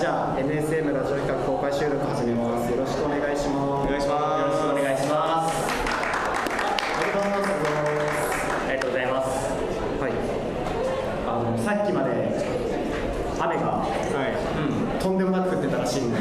じゃあ NSM ラジオ企画公開収録始めます。よろしくお願いします。 お願いします。 よろしくお願いします。 ありがとうございます。 ありがとうございます。 はい。さっきまで雨が、とんでもなく降ってたらしいんで、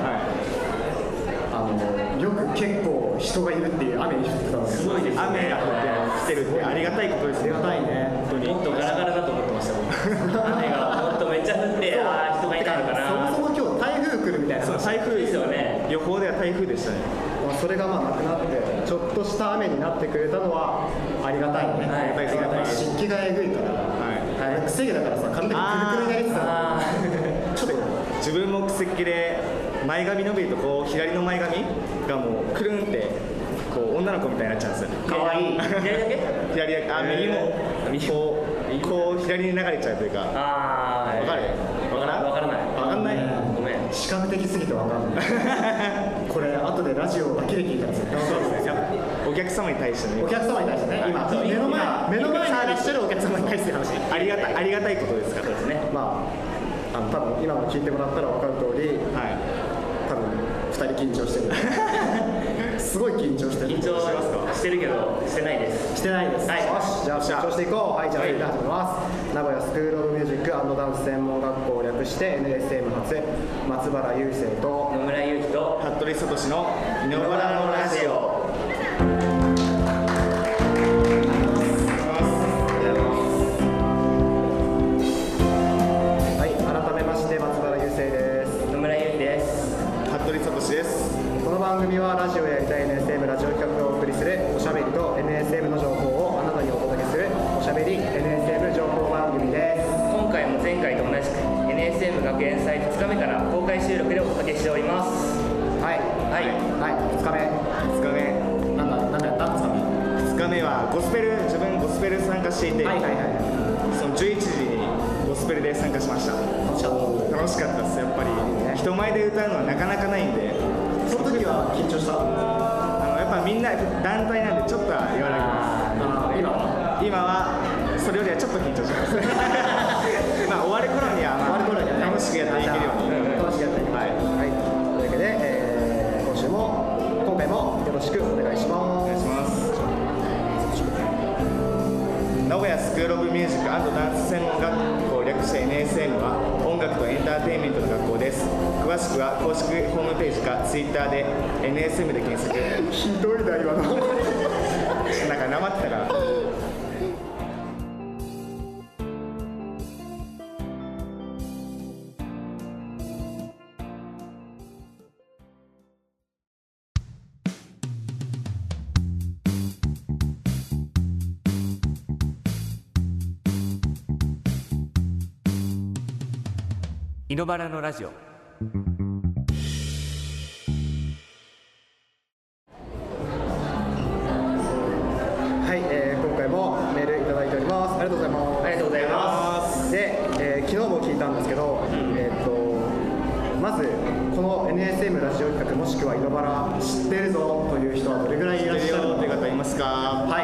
よく結構人がいるっていう雨に降ってたので、 すごいですね。 雨が降ってるってありがたいことですね。 ありがたいね。 もっとガラガラだと思ってました。雨がもっとめっちゃ降って、人がいたのかな。 そもそも今日台風来るみたいな。 そう、台風ですよね。 予報では台風でしたね。 それがなくなって、ちょっとした雨になってくれたのはありがたいね。 はい、ありがたいです。 湿気がえぐいから、癖毛だからさ、髪の毛くるくるになりつつある。ちょっと自分も癖っ気で前髪伸びるとこう左の前髪がもうくるんってこう女の子みたいになっちゃうんですよ。 かわいい。左だけ？ 左だけ。右もこう左に流れちゃうというか。わかる？わからん？ わからない。 わかんない？ ごめん。 視覚的すぎてわかんない。これ後でラジオだけで聞いたんですよ。 そうですね。お客様に対してね。 お客様に対してね。今目の前にいらっしゃるお客様に対して話。 ありがたいことですから。 そうですね。 まあ多分今も聞いてもらったら分かる通り、多分2人緊張してる。すごい緊張してる。 緊張してるけどしてないです。 してないです。はい。よし、じゃあ緊張していこう。はい、じゃあそれで始めます。名古屋スクールオブミュージック&ダンス専門学校を略して NSM 初松原雄生と野村祐希と服部聡の井ノ原のラジオ。 この番組はラジオやりたい NSM ラジオ企画をお送りするおしゃべりと NSM の情報をあなたにお届けするおしゃべり NSM 情報番組です。 今回も前回と同じく NSM 学園祭2日目から公開収録でお届けしております。 はいはいはい、2日目なんだやった2日目。 2日目は自分ゴスペル参加していて、その11時にゴスペルで参加しました。楽しかったです。やっぱり人前で歌うのはなかなかないんで。 その時は緊張した？ やっぱみんな団体なんでちょっとは和らぎます。今はそれよりはちょっと緊張します。まあ終わる頃には楽しくやっていけるように。 楽しくやっていきましょう。はい。というわけで、今回もよろしくお願いします。 お願いします。名古屋スクールオブミュージック&ダンス専門学校略して NSM は音楽とエンターテインメントの学校です。詳しくは公式ホームページか Twitter で NSM で検索。 ひどいな今の。 なんかなまってたから。 井ノ原のラジオ。 はい、今回もメールいただいております。ありがとうございます。 ありがとうございます。 で、昨日も聞いたんですけど、まずこの NSM ラジオ企画もしくは井ノ原知ってるぞという人はどれぐらいいらっしゃるのという方いますか？ はい。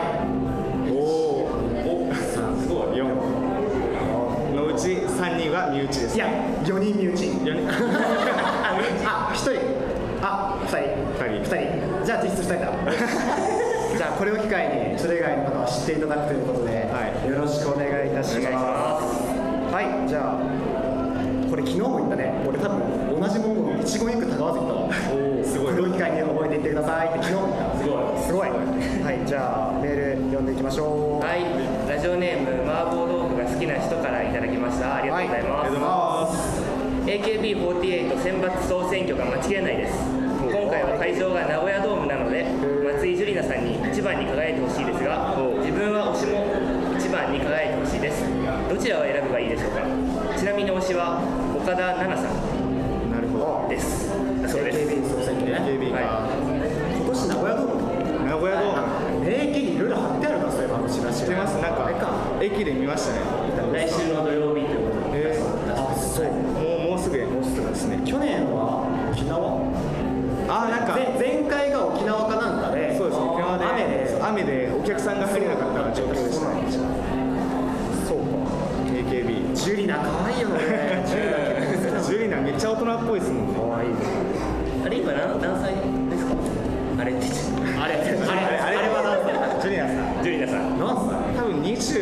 すごい。 のうち3人は身内です。 いや、4人身内。1人。2人。じゃあ実質2人だ。じゃあこれを機会にそれ以外の方は知っていただくということで、よろしくお願いいたします。はい、じゃあこれ昨日も言ったね。俺多分同じものを一言一句たがわず言ったわ。すごい。これを機会に覚えていってくださいって昨日も言った。すごい。はい、じゃあメール読んでいきましょう。 はい、ラジオネーム麻婆豆腐が好きな人からいただきました。ありがとうございます。 ありがとうございます。 AKB48 選抜総選挙が待ちきれないです。今回は会場が名古屋ドームなので松井樹里奈さんに1番に輝いてほしいですが、自分は推しも1番に輝いてほしいです。どちらを選ぶがいいでしょうか？ちなみに推しは岡田奈々さん。 なるほどです。そうです。 AKB 総選挙ね。 AKB か。 今年名古屋ドーム。 名古屋ドーム。 駅にいろいろ貼ってあるから、そういえばチラシ。 知ってます。なんか駅で見ましたね。 来週の土曜日ということで。 そう。 もうすぐですね。 去年は沖縄。 なんか前回が沖縄かなんかで。 そうです。沖縄で雨でお客さんが入れなかった状況でしたね。 そうか。 AKB。 ジュリナ可愛いよね。ジュリナジュリナめっっちゃ大人っぽいですもんね。 かわいい。 あれ今何歳ですか？あれってあれは何歳？ ジュリアさん。 ジュリナさん何歳？ 多分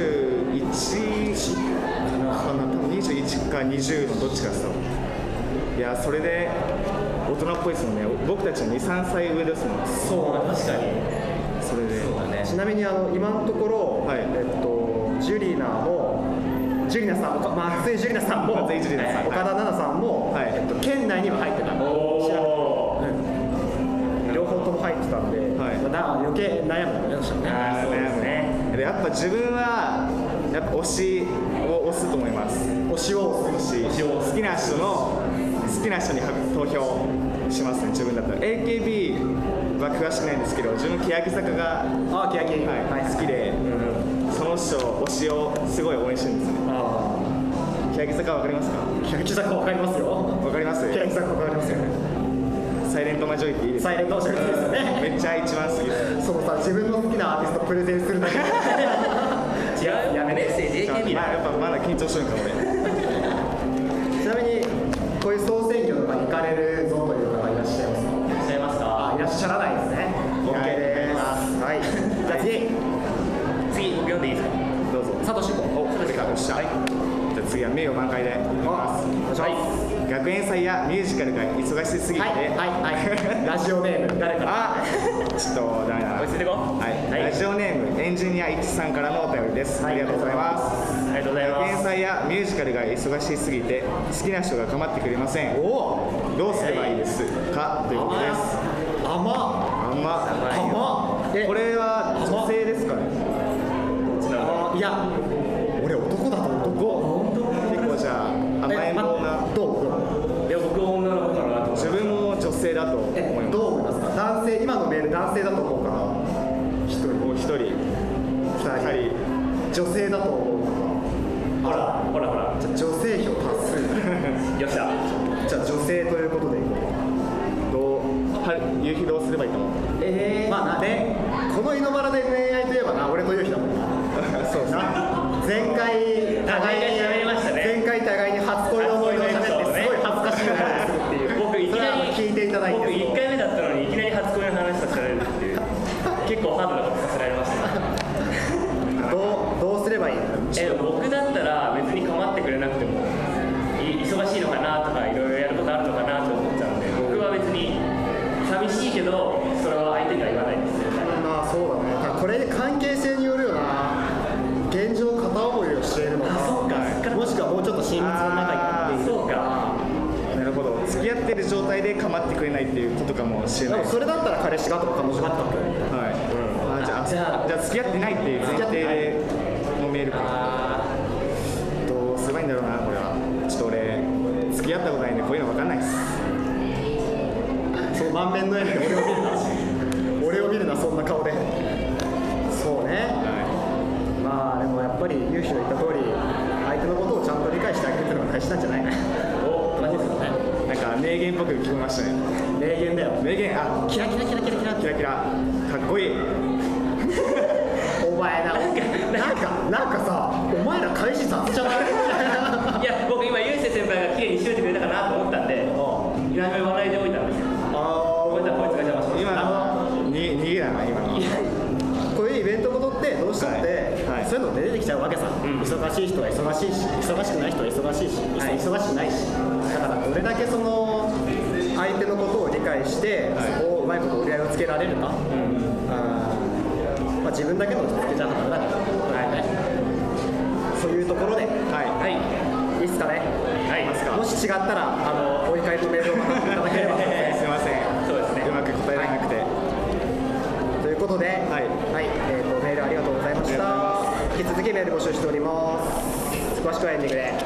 21かな。多分21か20のどっちかですよ。いや、それで大人っぽいですもんね。僕たちは2、3歳上ですもん。 そう確かにそれで。 そうだね。 ちなみに今のところ、 はいジュリナさん、松井ジュリナさんも、 松井ジュリナさん岡田奈々さんも、 はい県内には入ってた。両方とも入ってたんで、 はい余計悩むよね。 あーそうですね。 でやっぱ自分はやっぱ推しを押すと思います。 推しを推し好きな人に投票しますね。自分だったら AKB は詳しくないんですけど、自分欅坂が欅好きで、その人推しをすごい応援してるんですね。欅坂わかりますか？ 欅坂わかりますよ。 わかります？ 欅坂わかりますよ。 サイレントマジョリティいいですか？ サイレントマジョリティですよね。 めっちゃ一番好きです。 そのさ、自分の好きなアーティストプレゼンするだけで違うよ。メッセージ AKB だ。 やっぱまだ緊張してるんか俺。 ちなみにこういう総選挙とか行かれるぞという方いらっしゃいますか？ いらっしゃいますか？ いらっしゃらないですね。OK です。はい。じゃあ次僕読んでいいですか？ どうぞ。 サトシも。 お、これか。よっしゃ。じゃあ次は名誉満開でいきます。学園祭やミュージカルが忙しすぎて、 ラジオネーム誰か。 あ、ちょっとダメだな。 落ち着いてこう。 はい、ラジオネームエンジニア1さんからのお便りです。ありがとうございます。 ありがとうござい学園ます。 祭やミュージカルが忙しすぎて好きな人が構ってくれません。どうすればいいですかということです。これは女性ですかね？ いや、俺男だと思う。 結構じゃあ甘えん坊な。 いや僕は女の子かなと思って。 自分も女性だと思います。 どう思いますか？男性、今のメール男性だと思うから1人、 もう1人、2人、 女性だと思うほら。 じゃあ女性票多数よっしゃ。 じゃあ女性ということでいこ夕日どうすればいいと思う？ まあね、この井ノ原で恋愛といえばな、俺と夕日だもんな。 そうですね。 前回喋りましたね。 前回互いに初恋の思い出を喋ってすごい恥ずかしい思いをするっていう。 僕いきなり聞いていただいて、 僕1回目だったのにいきなり初恋の話させられるっていう結構ハードなことさせられましたね。 どうすればいいの？ 僕だったら別に構ってくれなくても忙しいのかなとかいろいろやることあるのかなと思っちゃうので、僕は別に寂しいけどそれは相手には言わないです。 まあそうだね。これ関係性によるよな。現状片思いをしているのか、もしくはもうちょっと親密な仲になっている。 そうか。 なるほど。付き合ってる状態で構ってくれないっていうことかもしれない。 でもそれだったら彼氏がとか彼女がとか。 はい。じゃあ付き合ってないっていう前提でのメールか。どうすればいいんだろうな、これは。ちょっと俺付き合ったことないんでこういうの分かんないです。 そう満面の笑みで俺を見るなそんな顔で。そうね。まあでもやっぱり勇気の言った通り、相手のことをちゃんと理解してあげるっていうのが大事なんじゃない？マジですよね。 なんか名言っぽく聞こえましたね。 名言だよ。 名言、 キラキラキラキラキラキラキラ、かっこいい。 お前なんかさ、お前ら返し雑じゃない？ いや僕今ゆうせい先輩が綺麗に締めてくれたかなと思ったんで、いらない笑いでおいたんですよ。こいつはこいつが邪魔しました。 今の逃げだな今の。 こういうイベントごとってどうしたって、そういうの出てきちゃうわけさ。忙しい人は忙しいし、忙しくない人は忙しいし、忙しくないし。だからどれだけその相手のことを理解して、そこをうまいこと折り合いをつけられるか。まあ自分だけのつけちゃダメだから。そういうところで、いいっすかね。もし違ったらお怒りのメールをまたいただければ。 すいません。そうですね。うまく答えられなくて。 ということで、メールありがとうございました。引き続きメール募集しております。詳しくはエンディングで。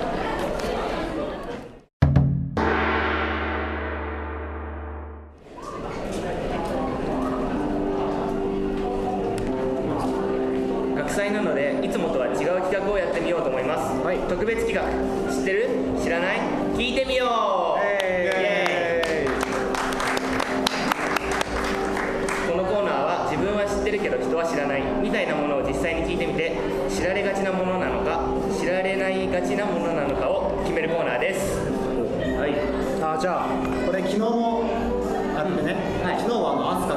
学祭なのでいつもとは違う企画をやってみようと思います。特別企画、知ってる？知らない？聞いてみよう。このコーナーは自分は知ってるけど人は知らないみたいなものを実際に聞いてみて、知られがちなものなのか知られないがちなものなのかを決めるコーナーです。 じゃあこれ昨日もあってね、昨日はアスカ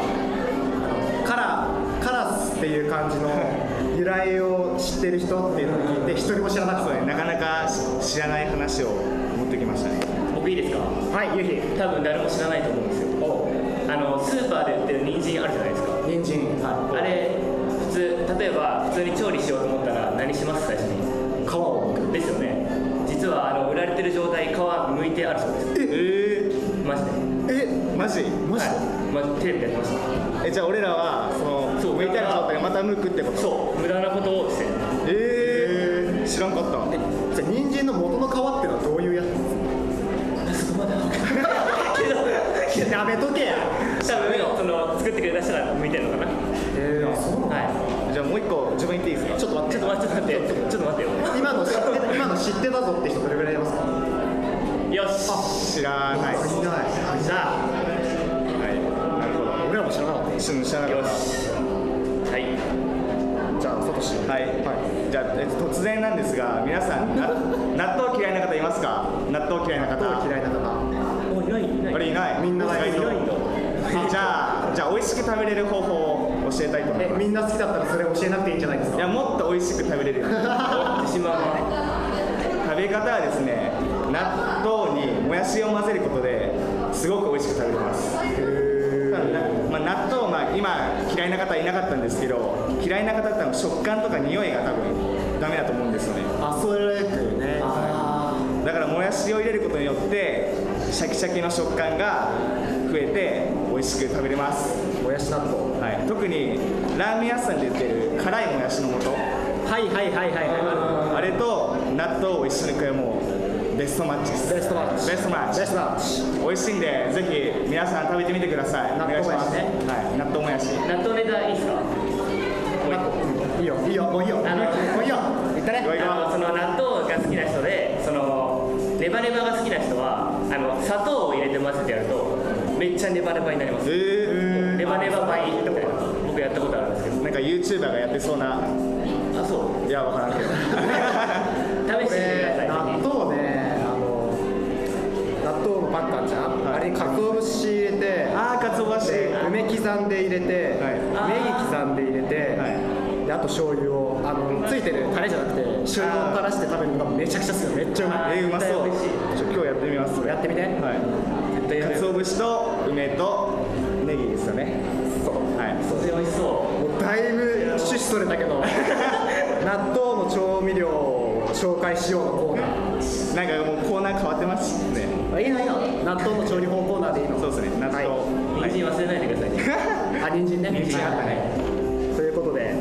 がカラスっていう感じの由来を知ってる人っていうのを聞いて一人も知らなかった。 なかなか知らない話を持ってきましたね。 僕いいですか？ はい、ゆひ。 多分誰も知らないと思うんですよ。スーパーで売ってる人参あるじゃないですか。 人参、 あれ例えば普通に調理しようと思ったら何します？最初に皮を剥くですよね。実は売られてる状態皮剥いてあるそうです。マジで。 マジテレビでやってました。 じゃあ俺らはその剥いてある状態でまた剥くってこと？ そう、無駄なことをしてる。 知らんかった。 じゃあ人参の元の皮っていうのはどういうやつですか？ そこまでは分かんないけどやめとけや。 多分作ってくれた人が向いてるのかな。 そうなの？ はい。 じゃあもう一個自分言っていいですか？ ちょっと待ってよ。今の知ってたぞって人どれぐらいいますか？ よし。 知らない。 じゃあ、 なるほど。 俺らも知らなかった。 よし。はい。 じゃあサトシ。 はい。じゃあ突然なんですが、皆さん納豆嫌いな方いますか？納豆嫌いな方。 嫌いな方。 いあれいない。 みんなないの。 じゃあ美味しく食べれる方法を教えたいと思います。 みんな好きだったらそれ教えなくていいんじゃないですか？ いや、もっと美味しく食べれるように。 自信満々ね。 食べ方はですね、納豆にもやしを混ぜることですごく美味しく食べれます。納豆、今嫌いな方いなかったんですけど、嫌いな方って食感とか匂いが多分ダメだと思うんですよね。 それね。 だからもやしを入れることによってシャキシャキの食感が増えて美味しく食べれます。 もやし納豆。 特にラーメン屋さんで売ってる辛いもやしの素。あれと納豆を一緒に食えもうベストマッチです。ベストマッチ。美味しいんでぜひ皆さん食べてみてください。 納豆もやしね。 納豆もやし。 納豆ネタいいですか？ いいよ。言ったね。 その納豆が好きな人で、ネバネバが好きな人は砂糖を入れて混ぜてやるとめっちゃネバネバになります。ネバネバ倍みたいな。僕やったことあるんですけど。 なんか YouTuber がやってそうな。 そう。 いや、わからんけど。 試してみてください。 納豆ね、納豆のパックあるじゃん。あれに鰹節入れて、 鰹節。 梅刻んで入れて、ネギ刻んで入れて、であと醤油をついてるタレじゃなくて醤油を垂らして食べるのがめちゃくちゃ好きなの。めっちゃうまい。 うまそう。今日やってみます。 やってみて。 鰹節と梅とネギですよね。 そう。 それ美味しそう。 もうだいぶ趣旨それたけど納豆の調味料を紹介しようのコーナー。 なんかもうコーナー変わってますね。 いいの。納豆の調理法コーナーでいいの？ そうですね。納豆。 人参忘れないでくださいね。 人参ね。 人参あったね。 ということで、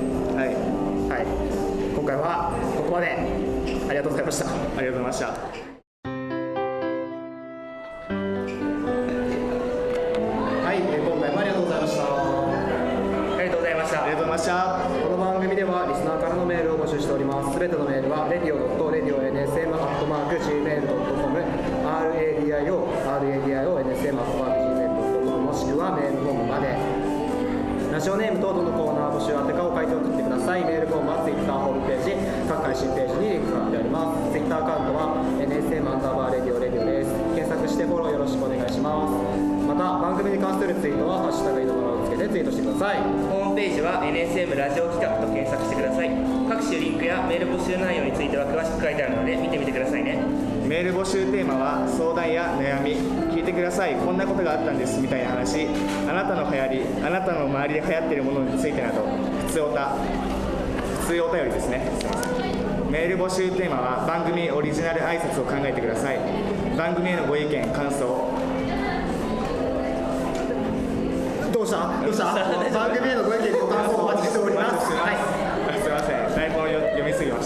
今回はここまで。ありがとうございました。 ありがとうございました。 今回もありがとうございました。 ありがとうございました。 ありがとうございました。 この番組ではリスナーからのメールを募集しております。すべてのメールは radio.nsm@gmail.com radio.nsm@gmail.com もしくはメールフォームまで。ラジオネーム等々のコーナー募集宛てかを書いて送ってください。メールフォームは Twitter ホームページ各配信ページにリンクが貼ってあります。 Twitter アカウントは NSM_radio です。検索してフォローよろしくお願いします。また番組に関するツイートはハッシュタグいのままをつけてツイートしてください。 ホームページは NSM ラジオ企画と検索してください。各種リンクやメール募集内容については詳しく書いてあるので見てみてくださいね。 メール募集テーマは相談や悩み、聞いてください、こんなことがあったんですみたいな話、あなたの流行り、あなたの周りで流行っているものについてなど普通お便りですね。メール募集テーマは番組オリジナル挨拶を考えてください。番組へのご意見感想。 どうした番組へのご意見ご感想をお待ちしております。 すいません、台本を読みすぎました。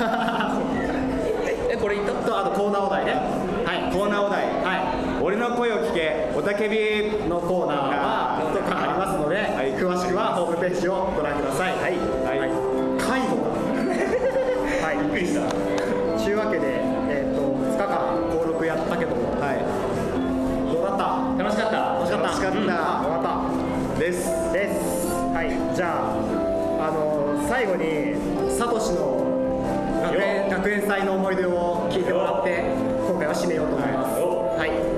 これ言ったとあとコーナーお題ね。 コーナーお題、俺の声を聞けおたけびのコーナーはとかありますので、詳しくはホームページをご覧ください。介護びっくりした。 というわけで、2日間登録やったけども、どうだった？ 楽しかった。 終わったです。じゃあ最後にサトシの学園祭の思い出を聞いてもらって今回は締めようと思います。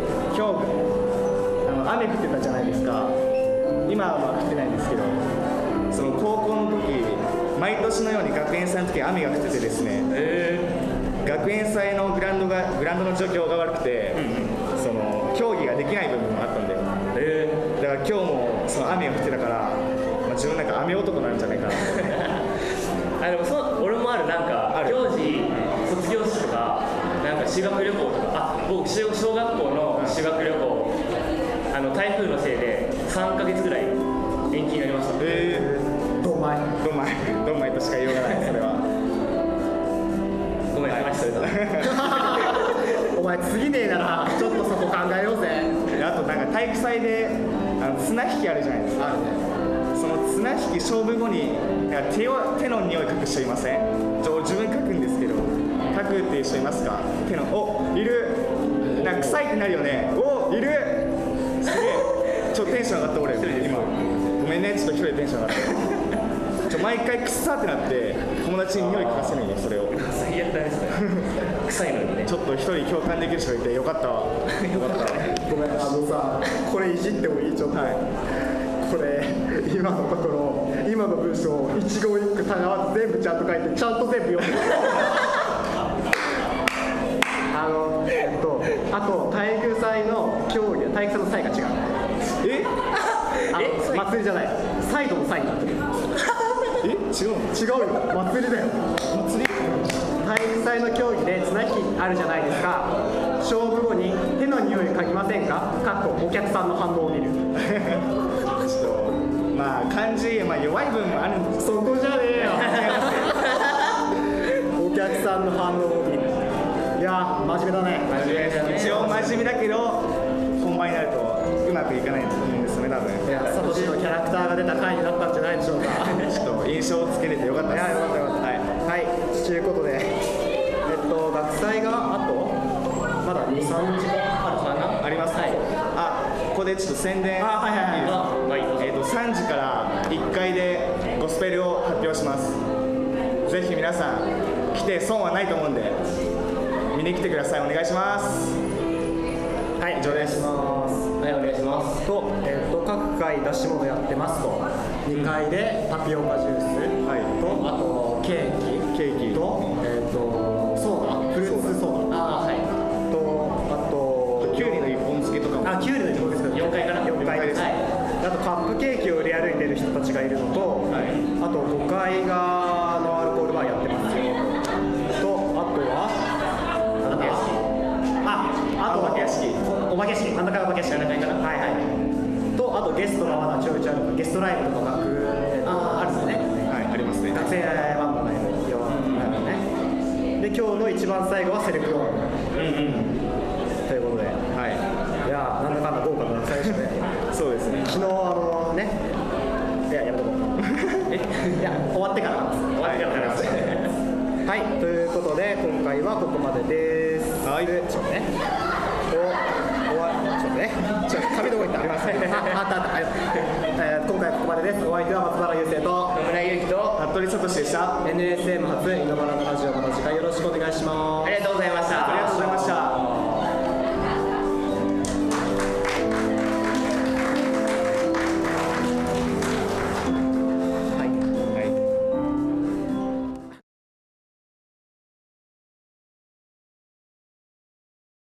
雨降ってたじゃないですか。今は降ってないんですけど、 その高校の時、毎年のように学園祭の時雨が降っててですね、学園祭のグラウンドの状況が悪くて、その競技ができない部分もあったんで、だから今日もその雨が降ってたから、自分なんか雨男なんじゃないかなでも俺もある、なんか行事、卒業式とか、なんか修学旅行とか、僕小学校の修学旅行、台風のせいで3ヶ月ぐらい延期になりました。 どんまいとしか言いようがない、それは。 ごめん、話それた。 お前次ねえならちょっとそこ考えようぜ。 あとなんか体育祭で綱引きあるじゃないですか。その綱引き勝負後に手の匂い嗅ぐ人いません？自分嗅ぐんですけど、嗅ぐっていう人いますか？いる。なんか臭いってなるよね。いる。すげえ。ちょっとテンション上がった俺今。ごめんね、ちょっと一人でテンション上がった。毎回くっさってなって友達に匂い嗅かせないよ、それを。 最悪だね、それ。臭いのにね。 ちょっと一人共感できる人がいてよかったわ。 ごめん、さ、これいじってもいい？ちょっと。これ今のところ、今の文章を一語一句たがわず全部ちゃんと書いて、ちゃんと全部読んであと体育祭の競技、体育祭の祭が違う。祭りじゃない、サイドのサイになってる。違うよ、祭りだよ。体育祭の競技で綱引きあるじゃないですか。勝負後に手の匂い嗅ぎませんか？お客さんの反応を見る。 漢字、弱い部分もあるんです。 そこじゃねえよ。お客さんの反応を見る。いや、真面目だね。 一応真面目だけど、本番になるとうまくいかないと思うんですよね、多分。 いや、サトシのキャラクターが出た回になったんじゃないでしょうか。 ちょっと印象をつけれてよかったです。 よかった。はい、ということで、学祭があとまだ2、3時間あります。ここでちょっと宣伝いいですか？3時から1階でゴスペルを発表します。ぜひ皆さん来て損はないと思うんで見に来てください。お願いします。はい、以上です。 はい、お願いします。 と、各回出し物やってますと、2階でタピオカジュースと、あとケーキと、ソーダ、フルーツソーダ、あとキュウリの一本漬けとかも。 キュウリの一本漬け、4階かな。4階です。あとカップケーキを売り歩いてる人たちがいるのと、あと5階がノンアルコールバーやってますよと、あとはお化け屋敷、真ん中がお化け屋敷、7階かな。と、あとゲストがまだちょいちょいある、ゲストライブとかあるんですよね。 ありますね。 学生バンドのライブね。で、今日の一番最後はセレクトということで、いや、なんだかんだ豪華な学祭でしたね。 そうですね。 昨日いや、やめとこう。いや、終わってから話す。はい、ということで今回はここまでです。ちょっとね。紙どこ行った？今回はここまでです。お相手は松原優生と野村祐希と服部聡でした。 NSM 初イノバラのラジオ、また次回よろしくお願いします。 ありがとうございました。